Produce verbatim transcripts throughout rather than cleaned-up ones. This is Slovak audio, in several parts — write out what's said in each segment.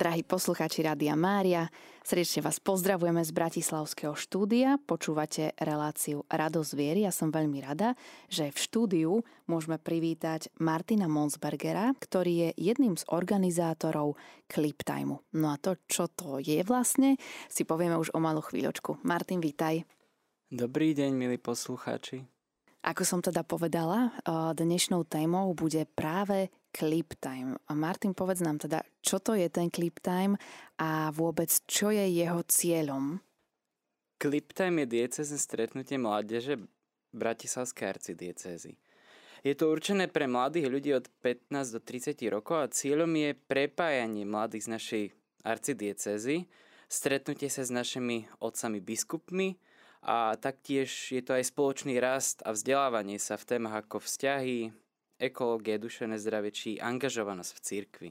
Drahí poslucháči Rádia Mária, srdečne vás pozdravujeme z bratislavského štúdia. Počúvate reláciu Radosť viery. Ja som veľmi rada, že v štúdiu môžeme privítať Martina Monsbergera, ktorý je jedným z organizátorov Cliptimeu. No a to, čo to je vlastne, si povieme už o malú chvíľočku. Martin, vítaj. Dobrý deň, milí poslucháči. Ako som teda povedala, dnešnou témou bude práve Cliptime. A Martin, povedz nám teda, čo to je ten Cliptime a vôbec čo je jeho cieľom? Cliptime je diecézne stretnutie mládeže Bratislavskej arcidiecézy. Je to určené pre mladých ľudí od pätnásť do tridsať rokov a cieľom je prepájanie mladých z našej arcidiecézy, stretnutie sa s našimi otcami biskupmi a taktiež je to aj spoločný rast a vzdelávanie sa v témach ako vzťahy, ekológie, duševné zdravie či angažovanosť v cirkvi.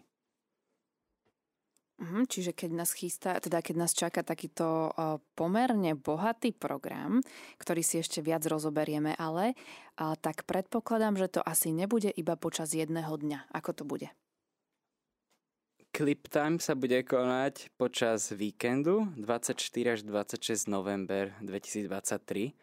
Mhm, čiže keď nás chystá, teda keď nás čaká takýto uh, pomerne bohatý program, ktorý si ešte viac rozoberieme, ale uh, tak predpokladám, že to asi nebude iba počas jedného dňa. Ako to bude? Cliptime sa bude konať počas víkendu dvadsaťštyri až dvadsaťšesť november dvetisícdvadsaťtri.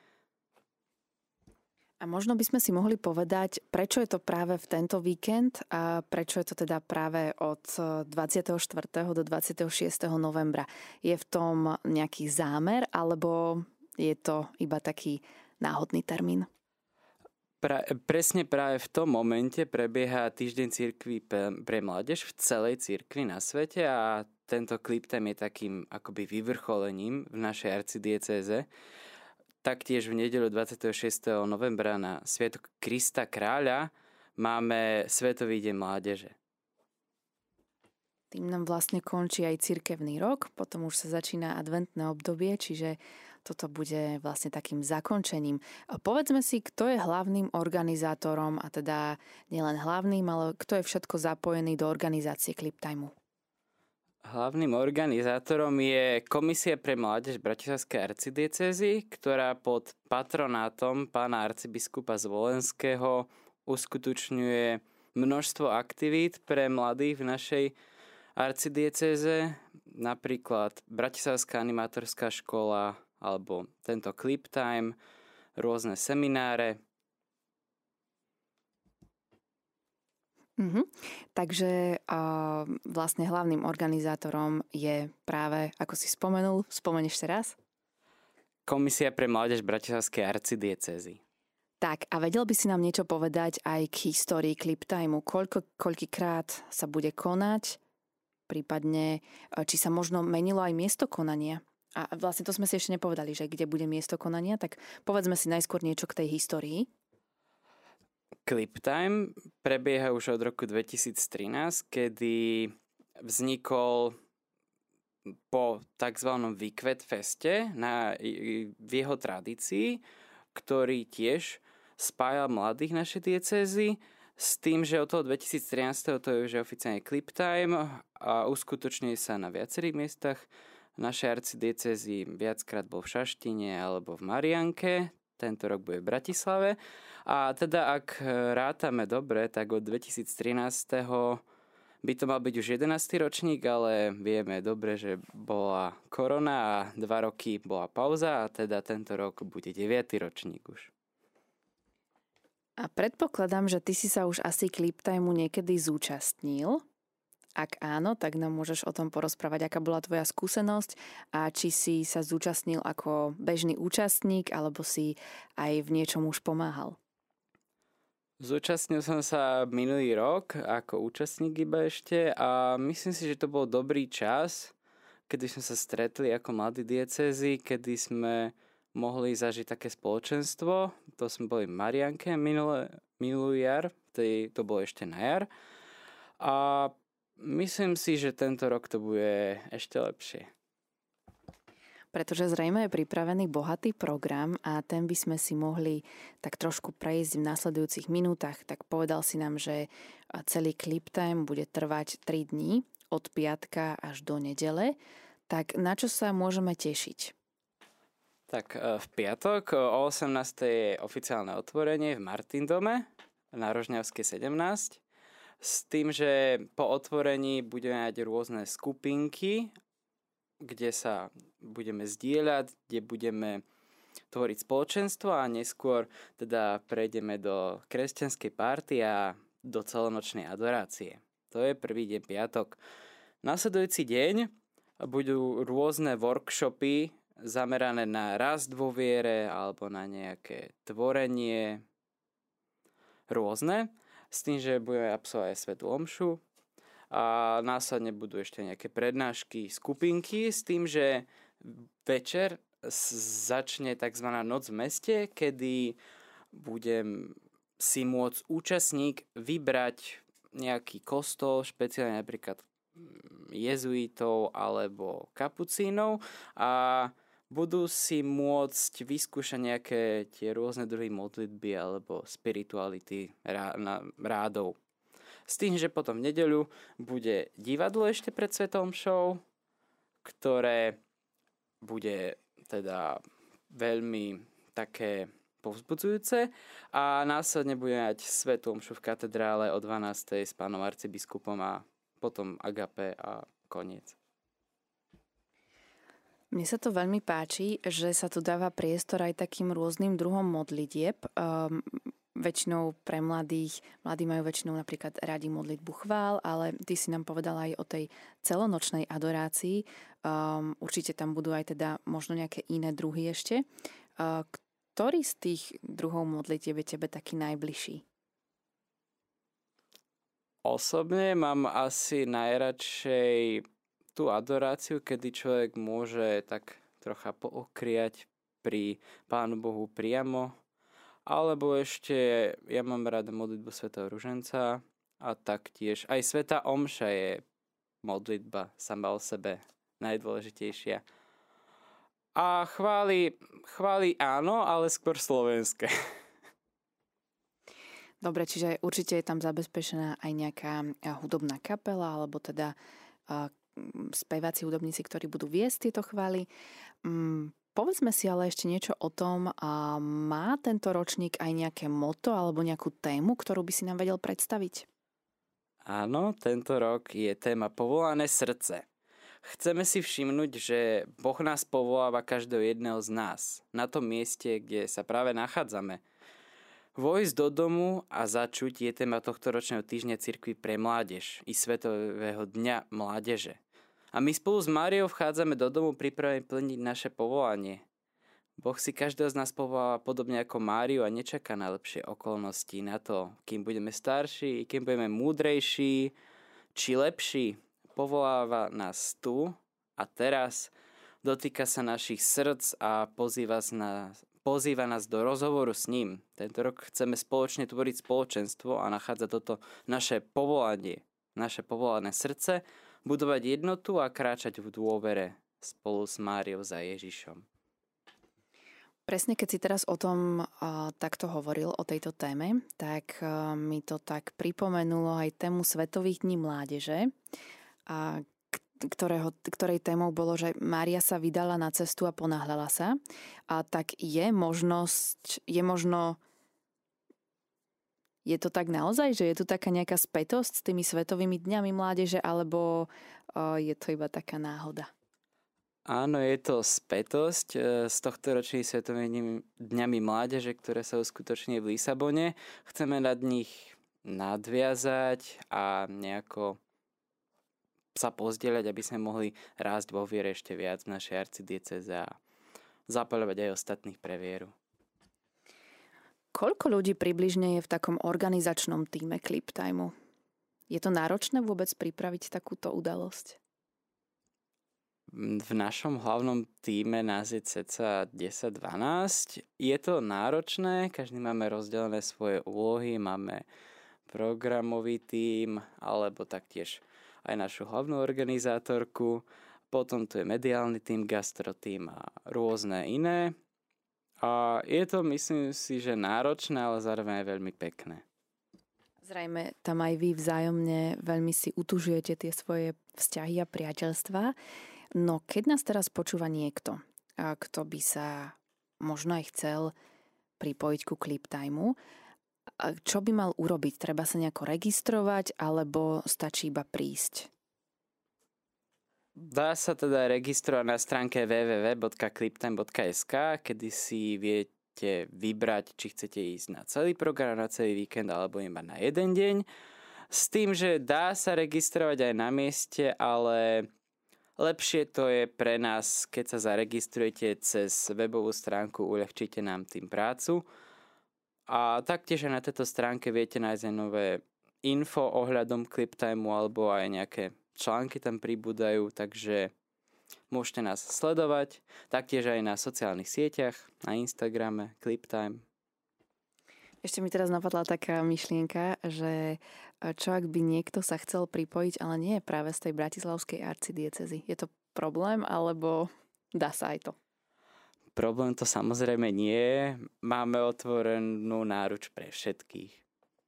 A možno by sme si mohli povedať, prečo je to práve v tento víkend a prečo je to teda práve od dvadsiateho štvrtého do dvadsiateho šiesteho novembra. Je v tom nejaký zámer, alebo je to iba taký náhodný termín? Pra, presne práve v tom momente prebieha týždeň cirkvi pre mládež v celej cirkvi na svete a tento Cliptime je takým akoby vyvrcholením v našej arcidiecéze. Taktiež v nedeľu dvadsiateho šiesteho novembra na Sviatok Krista Kráľa máme Svetový deň mládeže. Tým nám vlastne končí aj cirkevný rok, potom už sa začína adventné obdobie, čiže toto bude vlastne takým zakončením. Povedzme si, kto je hlavným organizátorom, a teda nielen hlavným, ale kto je všetko zapojený do organizácie Cliptimeu. Hlavným organizátorom je Komisia pre mládež Bratislavskej arcidiecézy, ktorá pod patronátom pána arcibiskupa Zvolenského uskutočňuje množstvo aktivít pre mladých v našej arcidiecéze, napríklad Bratislavská animátorská škola alebo tento Cliptime, rôzne semináre. Mhm. Takže uh, vlastne hlavným organizátorom je práve, ako si spomenul, spomenieš teraz? Komisia pre mládež Bratislavskej arcidiecézy. Tak, a vedel by si nám niečo povedať aj k histórii Cliptimeu? Koľko, koľkýkrát sa bude konať? Prípadne, či sa možno menilo aj miesto konania? A vlastne to sme si ešte nepovedali, že kde bude miesto konania, tak povedzme si najskôr niečo k tej histórii. Cliptime prebieha už od roku dvetisíctrinásť, kedy vznikol po tzv. Výkvet feste na, v jeho tradícii, ktorý tiež spájal mladých našej diecézy s tým, že od toho dvetisíctrinásť to je už oficiálne Cliptime a uskutočňuje sa na viacerých miestach našej arcidiecézy. Viackrát bol v Šaštine alebo v Marianke, tento rok bude v Bratislave. A teda ak rátame dobre, tak od dvetisíctrinásť by to mal byť už jedenásty ročník, ale vieme dobre, že bola korona a dva roky bola pauza a teda tento rok bude deviaty ročník už. A predpokladám, že ty si sa už asi Cliptimeu niekedy zúčastnil. Ak áno, tak nám môžeš o tom porozprávať, aká bola tvoja skúsenosť a či si sa zúčastnil ako bežný účastník alebo si aj v niečom už pomáhal. Zúčastnil som sa minulý rok ako účastník iba ešte a myslím si, že to bol dobrý čas, kedy sme sa stretli ako mladí diecézy, kedy sme mohli zažiť také spoločenstvo. To sme boli v Marianke minulé, minulý jar, vtedy to bolo ešte na jar. A myslím si, že tento rok to bude ešte lepšie. Pretože zrejme je pripravený bohatý program a ten by sme si mohli tak trošku prejsť v nasledujúcich minútach. Tak povedal si nám, že celý Cliptime bude trvať tri dní, od piatka až do nedele. Tak na čo sa môžeme tešiť? Tak v piatok o osemnástej je oficiálne otvorenie v Martindome na Rožňavskej sedemnásť. S tým, že po otvorení budeme mať rôzne skupinky, kde sa budeme zdieľať, kde budeme tvoriť spoločenstvo a neskôr teda prejdeme do kresťanskej party a do celonočnej adorácie. To je prvý deň piatok. Nasledujúci deň budú rôzne workshopy zamerané na rast vo viere alebo na nejaké tvorenie rôzne, s tým, že budeme absolvovať aj svätú omšu a následne budú ešte nejaké prednášky, skupinky, s tým, že večer začne tzv. Noc v meste, kedy budem si môcť účastník vybrať nejaký kostol, špeciálne napríklad jezuitov alebo kapucínov a budú si môcť vyskúšať nejaké tie rôzne druhy modlitby alebo spirituality rádov. S tým, že potom v nedeľu bude divadlo ešte pred svetou omšou, ktoré bude teda veľmi také povzbudzujúce a následne budeme mať svätú omšu v katedrále o dvanástej s pánom arcibiskupom a potom agape a koniec. Mne sa to veľmi páči, že sa tu dáva priestor aj takým rôznym druhom modlitieb. Um, väčšinou pre mladých, mladí majú väčšinou napríklad radi modlitbu chvál, ale ty si nám povedala aj o tej celonočnej adorácii. Um, určite tam budú aj teda možno nejaké iné druhy ešte. Uh, ktorý z tých druhov modlitieb je tebe taký najbližší? Osobne mám asi najradšej tú adoráciu, kedy človek môže tak trocha pookriať pri Pánu Bohu priamo, alebo ešte ja mám rád modlitbu svätého Ruženca a taktiež aj svätá omša je modlitba sama o sebe najdôležitejšia. A chvály, chvály áno, ale skôr slovenské. Dobre, čiže určite je tam zabezpečená aj nejaká hudobná kapela, alebo teda uh, speváci, hudobníci, ktorí budú viesť tieto chvály. Um, povedzme si ale ešte niečo o tom, uh, má tento ročník aj nejaké motto alebo nejakú tému, ktorú by si nám vedel predstaviť? Áno, tento rok je téma Povolané srdce. Chceme si všimnúť, že Boh nás povoláva každého jedného z nás na tom mieste, kde sa práve nachádzame. Vojsť do domu a začuť je téma tohto ročného týždňa cirkvi pre mládež i Svetového dňa mládeže. A my spolu s Máriou vchádzame do domu pripravení plniť naše povolanie. Boh si každého z nás povoláva podobne ako Máriu a nečaká na lepšie okolnosti na to, kým budeme starší, kým budeme múdrejší či lepší. Povoláva nás tu a teraz, dotýka sa našich srdc a pozýva nás Pozýva nás do rozhovoru s ním. Tento rok chceme spoločne tvoriť spoločenstvo a nachádzať toto naše povolanie, naše povolané srdce, budovať jednotu a kráčať v dôvere spolu s Máriou za Ježišom. Presne keď si teraz o tom uh, takto hovoril, o tejto téme, tak uh, mi to tak pripomenulo aj tému Svetových dní mládeže, a Ktorého, ktorej témou bolo, že Mária sa vydala na cestu a ponáhľala sa. A tak je možnosť, je možno, je to tak naozaj, že je tu taká nejaká spätosť s tými svetovými dňami mládeže, alebo o, je to iba taká náhoda? Áno, je to spätosť z tohto ročných svetovými dňami mládeže, ktoré sa uskutoční v Lisabone. Chceme nad nich nadviazať a nejako sa pozdieľať, aby sme mohli rásť vo viere ešte viac v našej arcidiecéze a zapaľovať aj ostatných pre vieru. Koľko ľudí približne je v takom organizačnom tíme Clip Timeu? Je to náročné vôbec pripraviť takúto udalosť? V našom hlavnom tíme nás je cca desať dvanásť. Je to náročné, každý máme rozdelené svoje úlohy, máme programový tím, alebo taktiež aj našu hlavnú organizátorku, potom tu je mediálny tím, gastro tím a rôzne iné. A je to, myslím si, že náročné, ale zároveň aj veľmi pekné. Zrejme tam aj vy vzájomne veľmi si utužujete tie svoje vzťahy a priateľstvá. No keď nás teraz počúva niekto, kto by sa možno aj chcel pripojiť ku Clip Timeu, A čo by mal urobiť? Treba sa nejako registrovať alebo stačí iba prísť? Dá sa teda registrovať na stránke w w w bodka cliptime bodka es ka, kedy si viete vybrať, či chcete ísť na celý program, na celý víkend alebo iba na jeden deň. S tým, že dá sa registrovať aj na mieste, ale lepšie to je pre nás, keď sa zaregistrujete cez webovú stránku, uľahčíte nám tým prácu. A taktiež aj na tejto stránke viete nájsť aj nové info ohľadom Cliptimeu alebo aj nejaké články tam pribúdajú, takže môžete nás sledovať, taktiež aj na sociálnych sieťach, na Instagrame, Cliptime. Ešte mi teraz napadla taká myšlienka, že čo ak by niekto sa chcel pripojiť, ale nie je práve z tej bratislavskej arcidiecezy. Je to problém, alebo dá sa aj to? Problém to samozrejme nie je. Máme otvorenú náruč pre všetkých.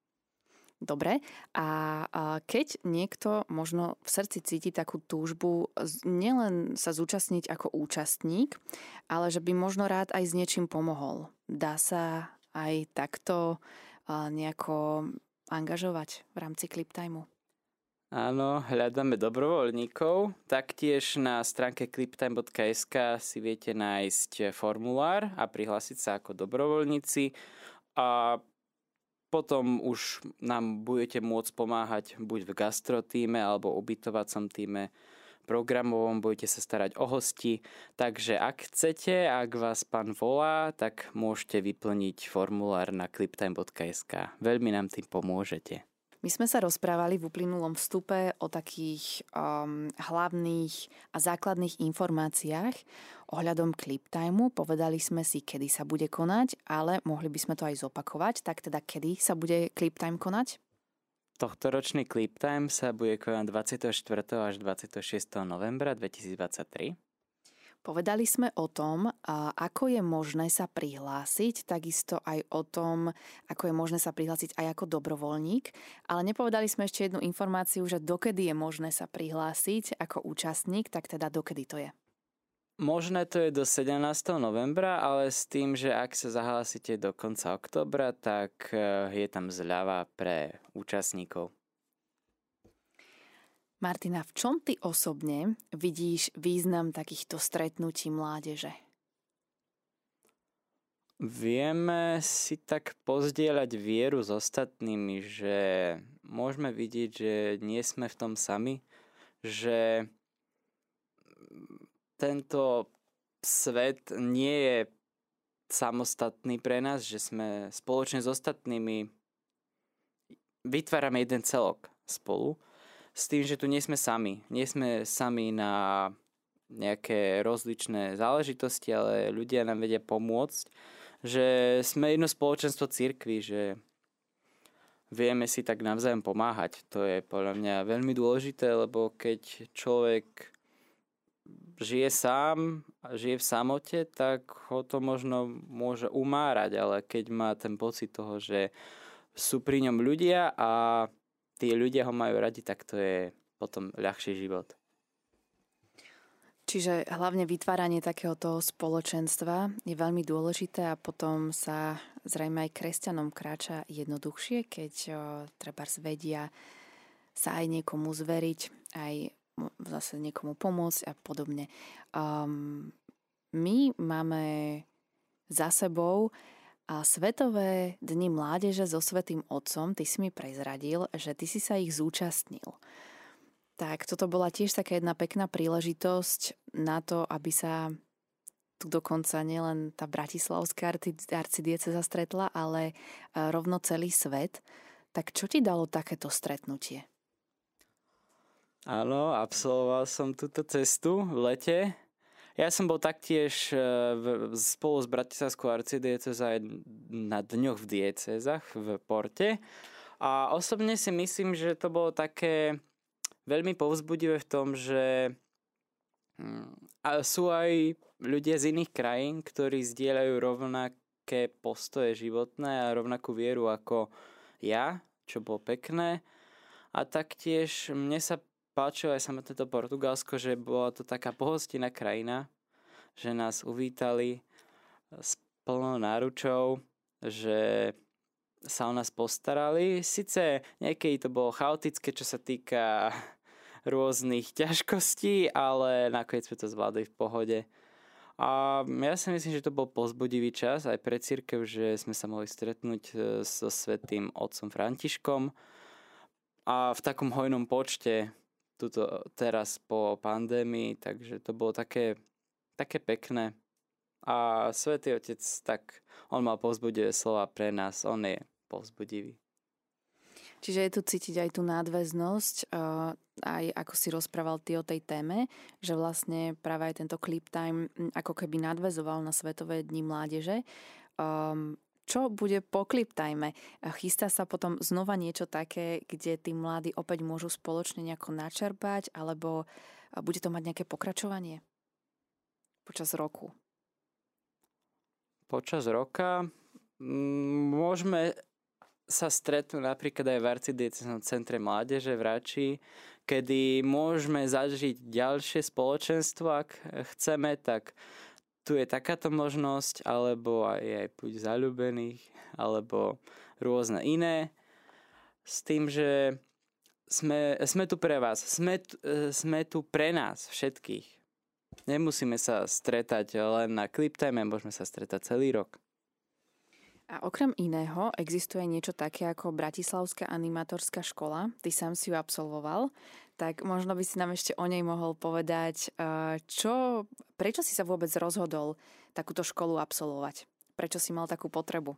Dobre, a, a keď niekto možno v srdci cíti takú túžbu nielen sa zúčastniť ako účastník, ale že by možno rád aj s niečím pomohol. Dá sa aj takto nejako angažovať v rámci Cliptimeu? Áno, hľadáme dobrovoľníkov. Taktiež na stránke cliptime bodka es ka si viete nájsť formulár a prihlásiť sa ako dobrovoľníci. A potom už nám budete môcť pomáhať buď v gastrotíme alebo ubytovacom tíme programovom, budete sa starať o hosti. Takže ak chcete, ak vás pán volá, tak môžete vyplniť formulár na cliptime bodka es ka. Veľmi nám tým pomôžete. My sme sa rozprávali v uplynulom vstupe o takých um, hlavných a základných informáciách ohľadom Cliptimeu. Povedali sme si, kedy sa bude konať, ale mohli by sme to aj zopakovať. Tak teda, kedy sa bude Cliptime konať? Tohtoročný Cliptime sa bude konať dvadsiateho štvrtého až dvadsiateho šiesteho novembra dvetisícdvadsaťtri. Povedali sme o tom, ako je možné sa prihlásiť, takisto aj o tom, ako je možné sa prihlásiť aj ako dobrovoľník, ale nepovedali sme ešte jednu informáciu, že dokedy je možné sa prihlásiť ako účastník, tak teda dokedy to je? Možné to je do sedemnásteho novembra, ale s tým, že ak sa zahlásite do konca októbra, tak je tam zľava pre účastníkov. Martina, v čom ty osobne vidíš význam takýchto stretnutí mládeže? Vieme si tak pozdieľať vieru s ostatnými, že môžeme vidieť, že nie sme v tom sami, že tento svet nie je samostatný pre nás, že sme spoločne s ostatnými vytvárame jeden celok spolu. S tým, že tu nie sme sami. Nie sme sami na nejaké rozličné záležitosti, ale ľudia nám vedia pomôcť. Že sme jedno spoločenstvo cirkvi, že vieme si tak navzájom pomáhať. To je podľa mňa veľmi dôležité, lebo keď človek žije sám a žije v samote, tak ho to možno môže umárať, ale keď má ten pocit toho, že sú pri ňom ľudia a tí ľudia ho majú radi, tak to je potom ľahší život. Čiže hlavne vytváranie takéhoto spoločenstva je veľmi dôležité a potom sa zrejme aj kresťanom kráča jednoduchšie, keď o, trebárs vedia sa aj niekomu zveriť, aj zase niekomu pomôcť a podobne. Um, my máme za sebou a Svetové dni mládeže so Svätým Otcom, ty si mi prezradil, že ty si sa ich zúčastnil. Tak toto bola tiež taká jedna pekná príležitosť na to, aby sa tu dokonca nielen tá bratislavská arcidieceza stretla, ale rovno celý svet. Tak čo ti dalo takéto stretnutie? Áno, absolvoval som túto cestu v lete. Ja som bol taktiež spolu s bratislavskou arcidiecezou aj na dňoch v diecézach v Porte. A osobne si myslím, že to bolo také veľmi povzbudivé v tom, že sú aj ľudia z iných krajín, ktorí zdieľajú rovnaké postoje životné a rovnakú vieru ako ja, čo bolo pekné. A taktiež mne sa páčilo aj samotné to Portugalsko, že bola to taká pohostinná krajina, že nás uvítali s plnou náručou, že sa o nás postarali. Sice niekedy to bolo chaotické, čo sa týka rôznych ťažkostí, ale nakoniec sme to zvládli v pohode. A ja si myslím, že to bol povzbudivý čas aj pre cirkev, že sme sa mohli stretnúť so svätým otcom Františkom a v takom hojnom počte tuto teraz po pandémii, takže to bolo také, také pekné. A svätý otec, tak on mal povzbudivé slova pre nás, on je povzbudivý. Čiže je tu cítiť aj tú nadväznosť, aj ako si rozprával ty o tej téme, že vlastne práve aj tento Clip Time ako keby nadväzoval na Svetové dni mládeže. Čo bude po Clip Time? Chystá sa potom znova niečo také, kde tí mladí opäť môžu spoločne nejako načerpať, alebo bude to mať nejaké pokračovanie počas roku? Počas roka môžeme sa stretnú napríklad aj v arcidiecéznom centre mládeže v Rači, kedy môžeme zažiť ďalšie spoločenstvo, ak chceme, tak tu je takáto možnosť, alebo aj, aj púť zaľúbených, alebo rôzne iné. S tým, že sme, sme tu pre vás, sme, sme tu pre nás všetkých. Nemusíme sa stretať len na Clip Time, môžeme sa stretať celý rok. A okrem iného existuje niečo také ako Bratislavská animátorská škola. Ty sám si ju absolvoval, tak možno by si nám ešte o nej mohol povedať, čo, prečo si sa vôbec rozhodol takúto školu absolvovať? Prečo si mal takú potrebu?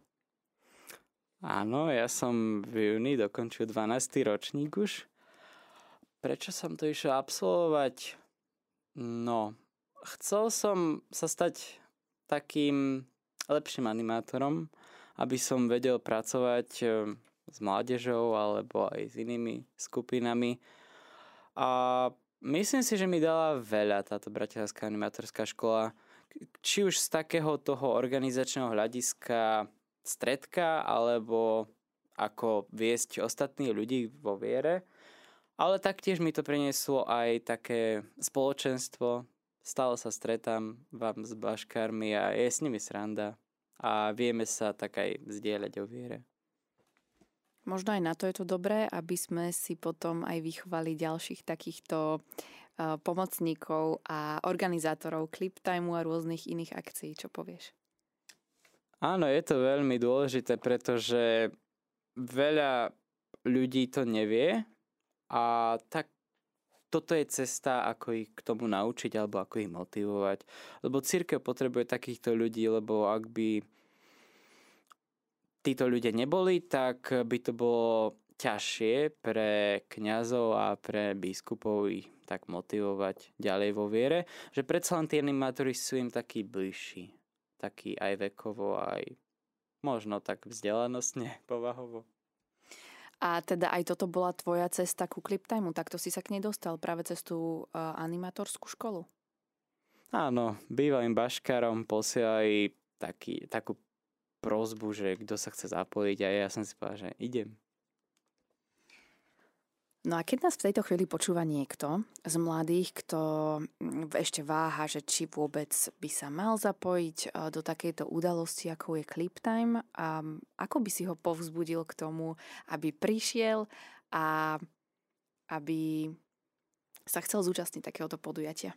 Áno, ja som v júni dokončil dvanásty ročník už. Prečo som to išiel absolvovať? No, chcel som sa stať takým lepším animátorom, aby som vedel pracovať s mládežou alebo aj s inými skupinami. A myslím si, že mi dala veľa táto Bratislavská animátorská škola. Či už z takého toho organizačného hľadiska stredka, alebo ako viesť ostatných ľudí vo viere. Ale taktiež mi to prinieslo aj také spoločenstvo. Stále sa stretám vám s baškármi a je s nimi sranda. A vieme sa tak aj zdieľať o viere. Možno aj na to je to dobré, aby sme si potom aj vychovali ďalších takýchto uh, pomocníkov a organizátorov Clip Timeu a rôznych iných akcií. Čo povieš? Áno, je to veľmi dôležité, pretože veľa ľudí to nevie a tak toto je cesta, ako ich k tomu naučiť alebo ako ich motivovať. Lebo cirkev potrebuje takýchto ľudí, lebo ak by títo ľudia neboli, tak by to bolo ťažšie pre kňazov a pre biskupov ich tak motivovať ďalej vo viere, že predsa len tí animátori sú im takí bližší. Takí aj vekovo, aj možno tak vzdelanostne, povahovo. A teda aj toto bola tvoja cesta ku Clip Timeu, takto si sa k nej dostal práve cez tú uh, animátorskú školu? Áno, bývalým baškárom posielali taký, takú prosbu, že kto sa chce zapojiť a ja som si povedal, že idem. No a keď nás v tejto chvíli počúva niekto z mladých, kto ešte váha, že či vôbec by sa mal zapojiť do takejto udalosti, ako je Clip Time, a ako by si ho povzbudil k tomu, aby prišiel a aby sa chcel zúčastniť takéhoto podujatia?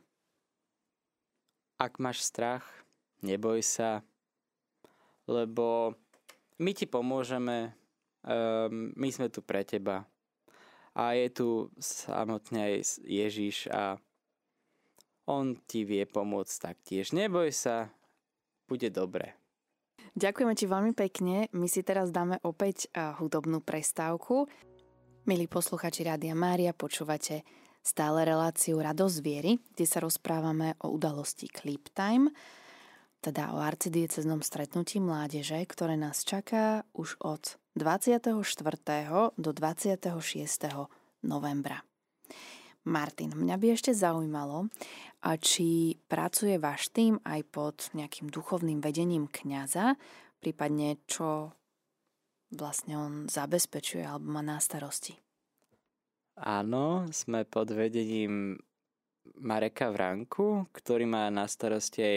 Ak máš strach, neboj sa, lebo my ti pomôžeme, um, my sme tu pre teba. A je tu samotne aj Ježiš a on ti vie pomôcť taktiež. Neboj sa, bude dobre. Ďakujeme ti veľmi pekne. My si teraz dáme opäť hudobnú prestávku. Milí posluchači Rádia Mária, počúvate stále reláciu Radosť viery, kde sa rozprávame o udalosti Clip Time, teda o arcidiecéznom stretnutí mládeže, ktoré nás čaká už od dvadsiateho štvrtého do dvadsiateho šiesteho novembra. Martin, mňa by ešte zaujímalo, či pracuje váš tím aj pod nejakým duchovným vedením kňaza, prípadne čo vlastne on zabezpečuje alebo má na starosti. Áno, sme pod vedením Mareka Vranku, ktorý má na starosti aj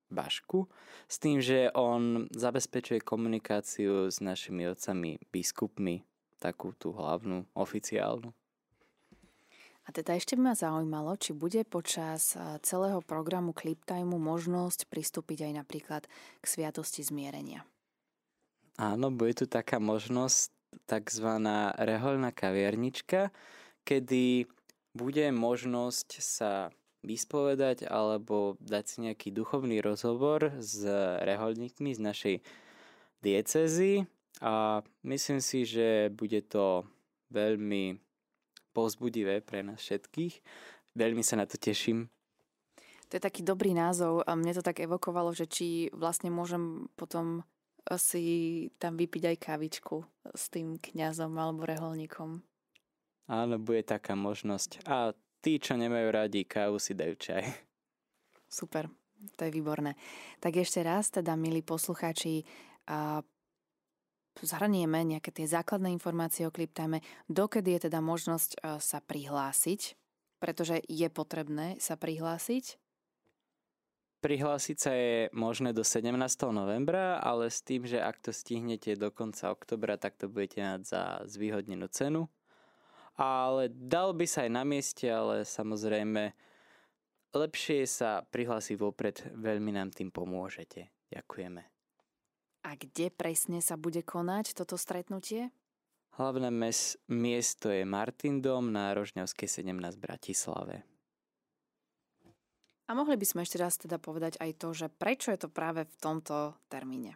Bašku, s tým, že on zabezpečuje komunikáciu s našimi otcami biskupmi, takú tú hlavnú, oficiálnu. A teda ešte by ma zaujímalo, či bude počas celého programu Clip Timeu možnosť pristúpiť aj napríklad k sviatosti zmierenia. Áno, bude tu taká možnosť, takzvaná rehoľná kaviarnička, kedy bude možnosť sa vyspovedať alebo dať si nejaký duchovný rozhovor s rehoľníkmi z našej diecézy a myslím si, že bude to veľmi povzbudivé pre nás všetkých. Veľmi sa na to teším. To je taký dobrý názov a mne to tak evokovalo, že či vlastne môžem potom si tam vypiť aj kávičku s tým kňazom alebo reholníkom. Áno, bude taká možnosť. A tí, čo nemajú radi kávu, si dajú čaj. Super, to je výborné. Tak ešte raz teda, milí poslucháči, a zhrnieme nejaké tie základné informácie o Clip Time. Dokedy je teda možnosť sa prihlásiť? Pretože je potrebné sa prihlásiť. Prihlásiť sa je možné do sedemnásteho novembra, ale s tým, že ak to stihnete do konca oktobra, tak to budete mať za zvýhodnenú cenu. Ale dal by sa aj na mieste, ale samozrejme lepšie sa prihlásiť vopred, veľmi nám tým pomôžete. Ďakujeme. A kde presne sa bude konať toto stretnutie? Hlavné mes- miesto je Martindom na Rožňavskej sedemnásť v Bratislave. A mohli by sme ešte raz teda povedať aj to, že prečo je to práve v tomto termíne?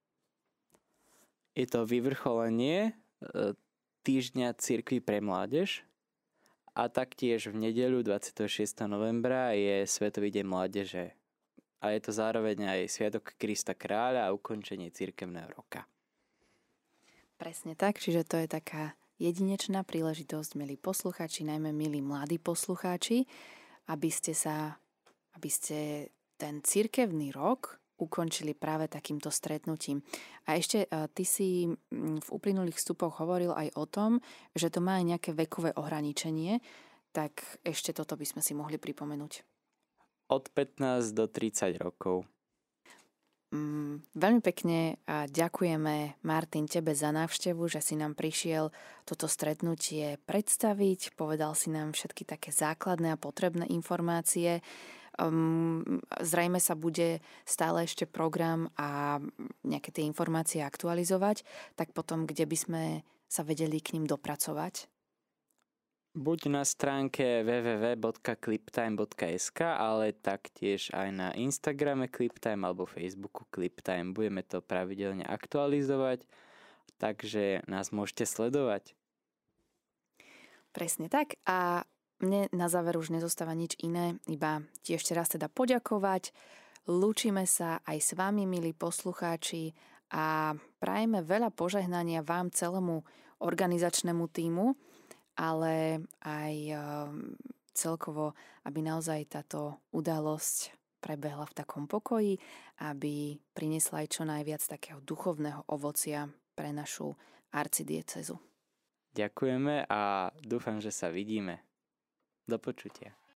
Je to vyvrcholenie týždňa cirkvi pre mládež a taktiež v nedeľu dvadsiateho šiesteho novembra je Svetový deň mládeže. A je to zároveň aj Sviatok Krista Kráľa a ukončenie cirkevného roka. Presne tak, čiže to je taká jedinečná príležitosť, milí poslucháči, najmä milí mladí poslucháči, aby ste sa aby ste ten cirkevný rok ukončili práve takýmto stretnutím. A ešte ty si v uplynulých vstupoch hovoril aj o tom, že to má aj nejaké vekové ohraničenie, tak ešte toto by sme si mohli pripomenúť. Od pätnásť do tridsať rokov. Mm, veľmi pekne a ďakujeme, Martin, tebe za návštevu, že si nám prišiel toto stretnutie predstaviť, povedal si nám všetky také základné a potrebné informácie. Um, zrejme sa bude stále ešte program a nejaké tie informácie aktualizovať, tak potom, kde by sme sa vedeli k ním dopracovať? Buď na stránke w w w bodka cliptime bodka es ka, ale taktiež aj na Instagrame Cliptime alebo Facebooku Cliptime. Budeme to pravidelne aktualizovať, takže nás môžete sledovať. Presne tak a mne na záver už nezostáva nič iné, iba ti ešte raz teda poďakovať. Lúčime sa aj s vami, milí poslucháči, a prajeme veľa požehnania vám, celému organizačnému tímu, ale aj celkovo, aby naozaj táto udalosť prebehla v takom pokoji, aby priniesla aj čo najviac takého duchovného ovocia pre našu arcidiecezu. Ďakujeme a dúfam, že sa vidíme. Do počutia.